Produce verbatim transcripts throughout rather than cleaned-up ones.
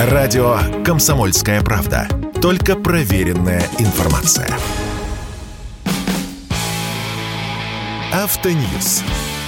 Радио «Комсомольская правда». Только проверенная информация. Автоньюз.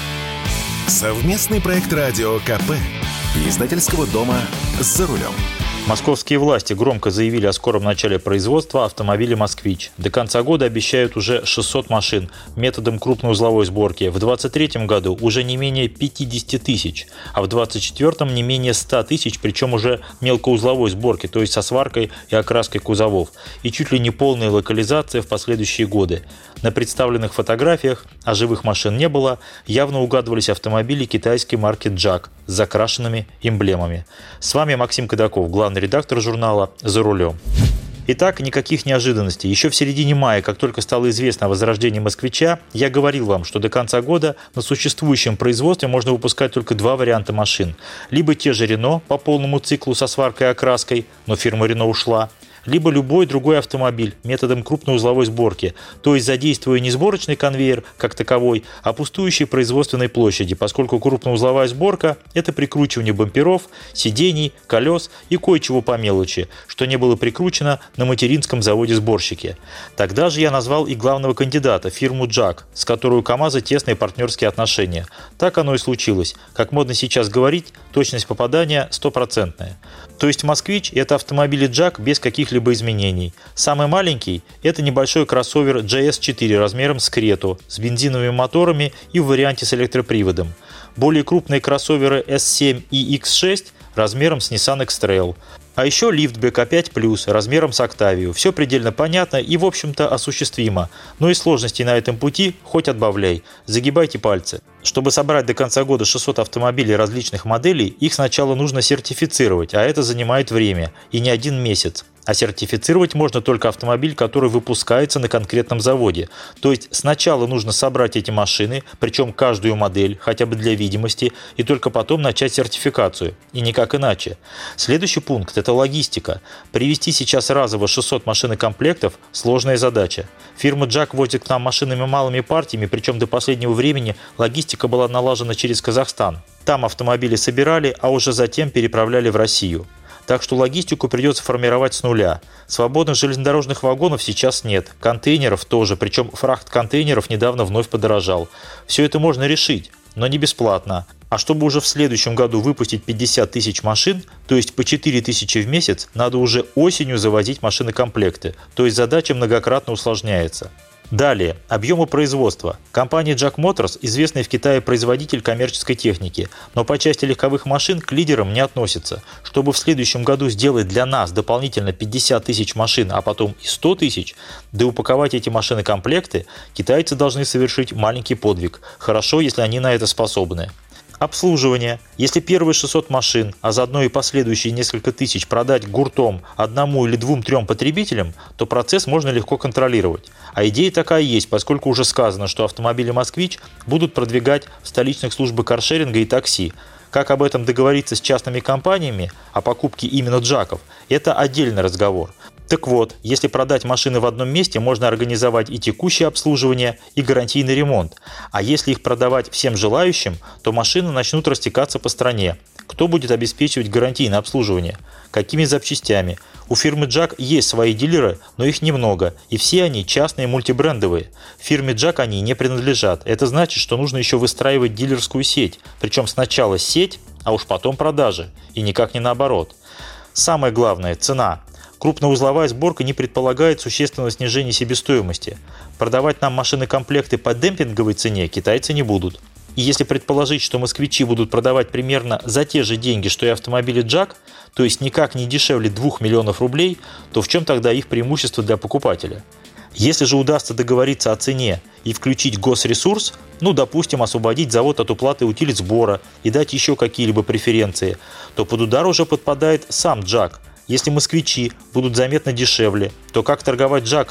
Совместный проект радио КП и издательского дома «За рулем». Московские власти громко заявили о скором начале производства автомобиля «Москвич». До конца года обещают уже шестьсот машин методом крупноузловой сборки. В двадцать третьем году уже не менее пятьдесят тысяч, а в двадцать четвёртом не менее ста тысяч, причем уже мелкоузловой сборки, то есть со сваркой и окраской кузовов. И чуть ли не полная локализация в последующие годы. На представленных фотографиях, а живых машин не было, явно угадывались автомобили китайской марки «Джак» с закрашенными эмблемами. С вами Максим Кадаков, главный редактор журнала «За рулем». Итак, никаких неожиданностей. Еще в середине мая, как только стало известно о возрождении «Москвича», я говорил вам, что до конца года на существующем производстве можно выпускать только два варианта машин. Либо те же «Рено» по полному циклу со сваркой и окраской, но фирма «Рено» ушла, либо любой другой автомобиль методом крупноузловой сборки, то есть задействуя не сборочный конвейер как таковой, а пустующие производственной площади, поскольку крупноузловая сборка – это прикручивание бамперов, сидений, колес и кое-чего по мелочи, что не было прикручено на материнском заводе-сборщике. Тогда же я назвал и главного кандидата – фирму «Джак», с которой у КАМАЗа тесные партнерские отношения. Так оно и случилось. Как модно сейчас говорить, точность попадания стопроцентная. То есть «Москвич» – это автомобили «Джак» без каких-либо изменений. Самый маленький – это небольшой кроссовер джей эс четыре размером с Крету, с бензиновыми моторами и в варианте с электроприводом. Более крупные кроссоверы эс семь и икс шесть размером с Nissan X-Trail. А еще лифтбэк а пять плюс размером с Octavia. Все предельно понятно и, в общем-то, осуществимо. Но и сложностей на этом пути хоть отбавляй. Загибайте пальцы. Чтобы собрать до конца года шестьсот автомобилей различных моделей, их сначала нужно сертифицировать, а это занимает время, и не один месяц. А сертифицировать можно только автомобиль, который выпускается на конкретном заводе. То есть сначала нужно собрать эти машины, причем каждую модель, хотя бы для видимости, и только потом начать сертификацию. И никак иначе. Следующий пункт – это логистика. Привезти сейчас разово шестьсот машин и комплектов – сложная задача. Фирма «Джак» возит к нам машинами малыми партиями, причем до последнего времени логистика была налажена через Казахстан. Там автомобили собирали, а уже затем переправляли в Россию. Так что логистику придется формировать с нуля. Свободных железнодорожных вагонов сейчас нет. Контейнеров тоже, причем фрахт контейнеров недавно вновь подорожал. Все это можно решить, но не бесплатно. А чтобы уже в следующем году выпустить пятьдесят тысяч машин, то есть по четыре тысячи в месяц, надо уже осенью завозить машины-комплекты. То есть задача многократно усложняется. Далее. Объемы производства. Компания Джак Моторс – известный в Китае производитель коммерческой техники, но по части легковых машин к лидерам не относится. Чтобы в следующем году сделать для нас дополнительно пятьдесят тысяч машин, а потом и сто тысяч, да упаковать эти машины-комплекты, китайцы должны совершить маленький подвиг. Хорошо, если они на это способны. Обслуживание. Если первые шестьсот машин, а заодно и последующие несколько тысяч продать гуртом одному или двум-трем потребителям, то процесс можно легко контролировать. А идея такая есть, поскольку уже сказано, что автомобили «Москвич» будут продвигать в столичных службах каршеринга и такси. Как об этом договориться с частными компаниями о покупке именно «Джаков» – это отдельный разговор. Так вот, если продать машины в одном месте, можно организовать и текущее обслуживание, и гарантийный ремонт. А если их продавать всем желающим, то машины начнут растекаться по стране. Кто будет обеспечивать гарантийное обслуживание? Какими запчастями? У фирмы «Джак» есть свои дилеры, но их немного, и все они частные мультибрендовые. Фирме «Джак» они не принадлежат. Это значит, что нужно еще выстраивать дилерскую сеть. Причем сначала сеть, а уж потом продажи. И никак не наоборот. Самое главное – цена. Крупноузловая сборка не предполагает существенного снижения себестоимости. Продавать нам машины-комплекты по демпинговой цене китайцы не будут. И если предположить, что москвичи будут продавать примерно за те же деньги, что и автомобили «Джак», то есть никак не дешевле двух миллионов рублей, то в чем тогда их преимущество для покупателя? Если же удастся договориться о цене и включить госресурс, ну, допустим, освободить завод от уплаты утилизсбора и дать еще какие-либо преференции, то под удар уже подпадает сам «Джак». Если москвичи будут заметно дешевле, то как торговать «Джаками»?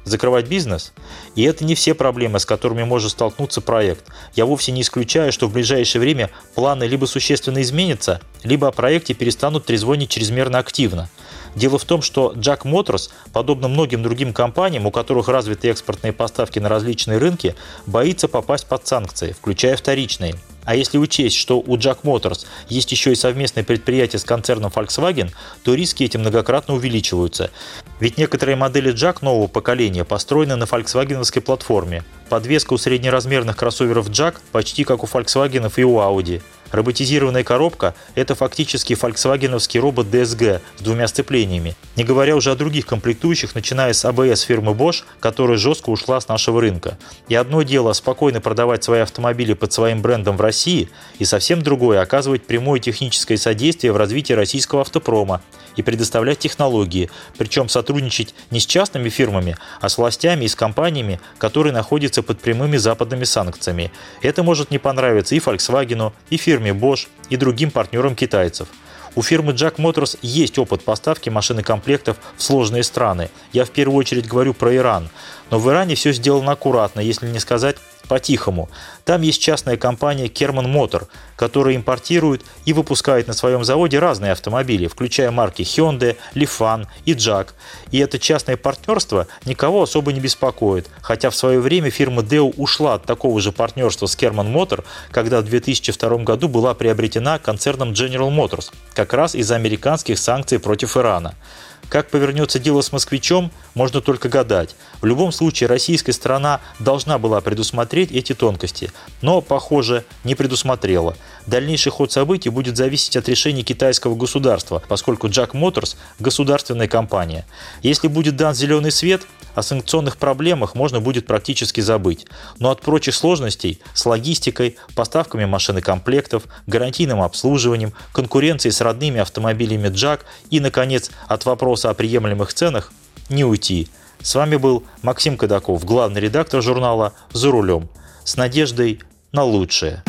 Закрывать бизнес? И это не все проблемы, с которыми может столкнуться проект. Я вовсе не исключаю, что в ближайшее время планы либо существенно изменятся, либо о проекте перестанут трезвонить чрезмерно активно. Дело в том, что Джак Моторс, подобно многим другим компаниям, у которых развиты экспортные поставки на различные рынки, боится попасть под санкции, включая вторичные. А если учесть, что у Джак Моторс есть еще и совместное предприятие с концерном Volkswagen, то риски эти многократно увеличиваются. Ведь некоторые модели Джак нового поколения построены на фольксвагеновской платформе. Подвеска у среднеразмерных кроссоверов Джак почти как у Volkswagen и у Audi. Роботизированная коробка – это фактически фольксвагеновский робот ди эс джи с двумя сцеплениями. Не говоря уже о других комплектующих, начиная с а бэ эс фирмы Bosch, которая жестко ушла с нашего рынка. И одно дело спокойно продавать свои автомобили под своим брендом в России, и совсем другое – оказывать прямое техническое содействие в развитии российского автопрома и предоставлять технологии, причем сотрудничать не с частными фирмами, а с властями и с компаниями, которые находятся под прямыми западными санкциями. Это может не понравиться и Volkswagen, и фирме Bosch, и другим партнерам китайцев. У фирмы Джак Моторс есть опыт поставки машинокомплектов в сложные страны. Я в первую очередь говорю про Иран. Но в Иране все сделано аккуратно, если не сказать по-тихому. Там есть частная компания Kerman Motor, которая импортирует и выпускает на своем заводе разные автомобили, включая марки Hyundai, Lifan и Jack. И это частное партнерство никого особо не беспокоит, хотя в свое время фирма дэ о ушла от такого же партнерства с Kerman Motor, когда в две тысячи втором году была приобретена концерном General Motors, как раз из-за американских санкций против Ирана. Как повернется дело с «Москвичом», можно только гадать. В любом случае, российская сторона должна была предусмотреть эти тонкости, но, похоже, не предусмотрела. Дальнейший ход событий будет зависеть от решения китайского государства, поскольку Джак Моторс – государственная компания. Если будет дан зеленый свет, о санкционных проблемах можно будет практически забыть. Но от прочих сложностей с логистикой, поставками машинокомплектов, гарантийным обслуживанием, конкуренцией с родными автомобилями Джак и, наконец, от вопроса о приемлемых ценах не уйти. С вами был Максим Кадаков, главный редактор журнала «За рулем». С надеждой на лучшее.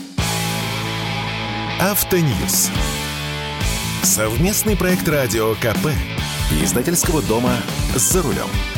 Автоньюз. Совместный проект радио ка пэ и издательского дома «За рулем».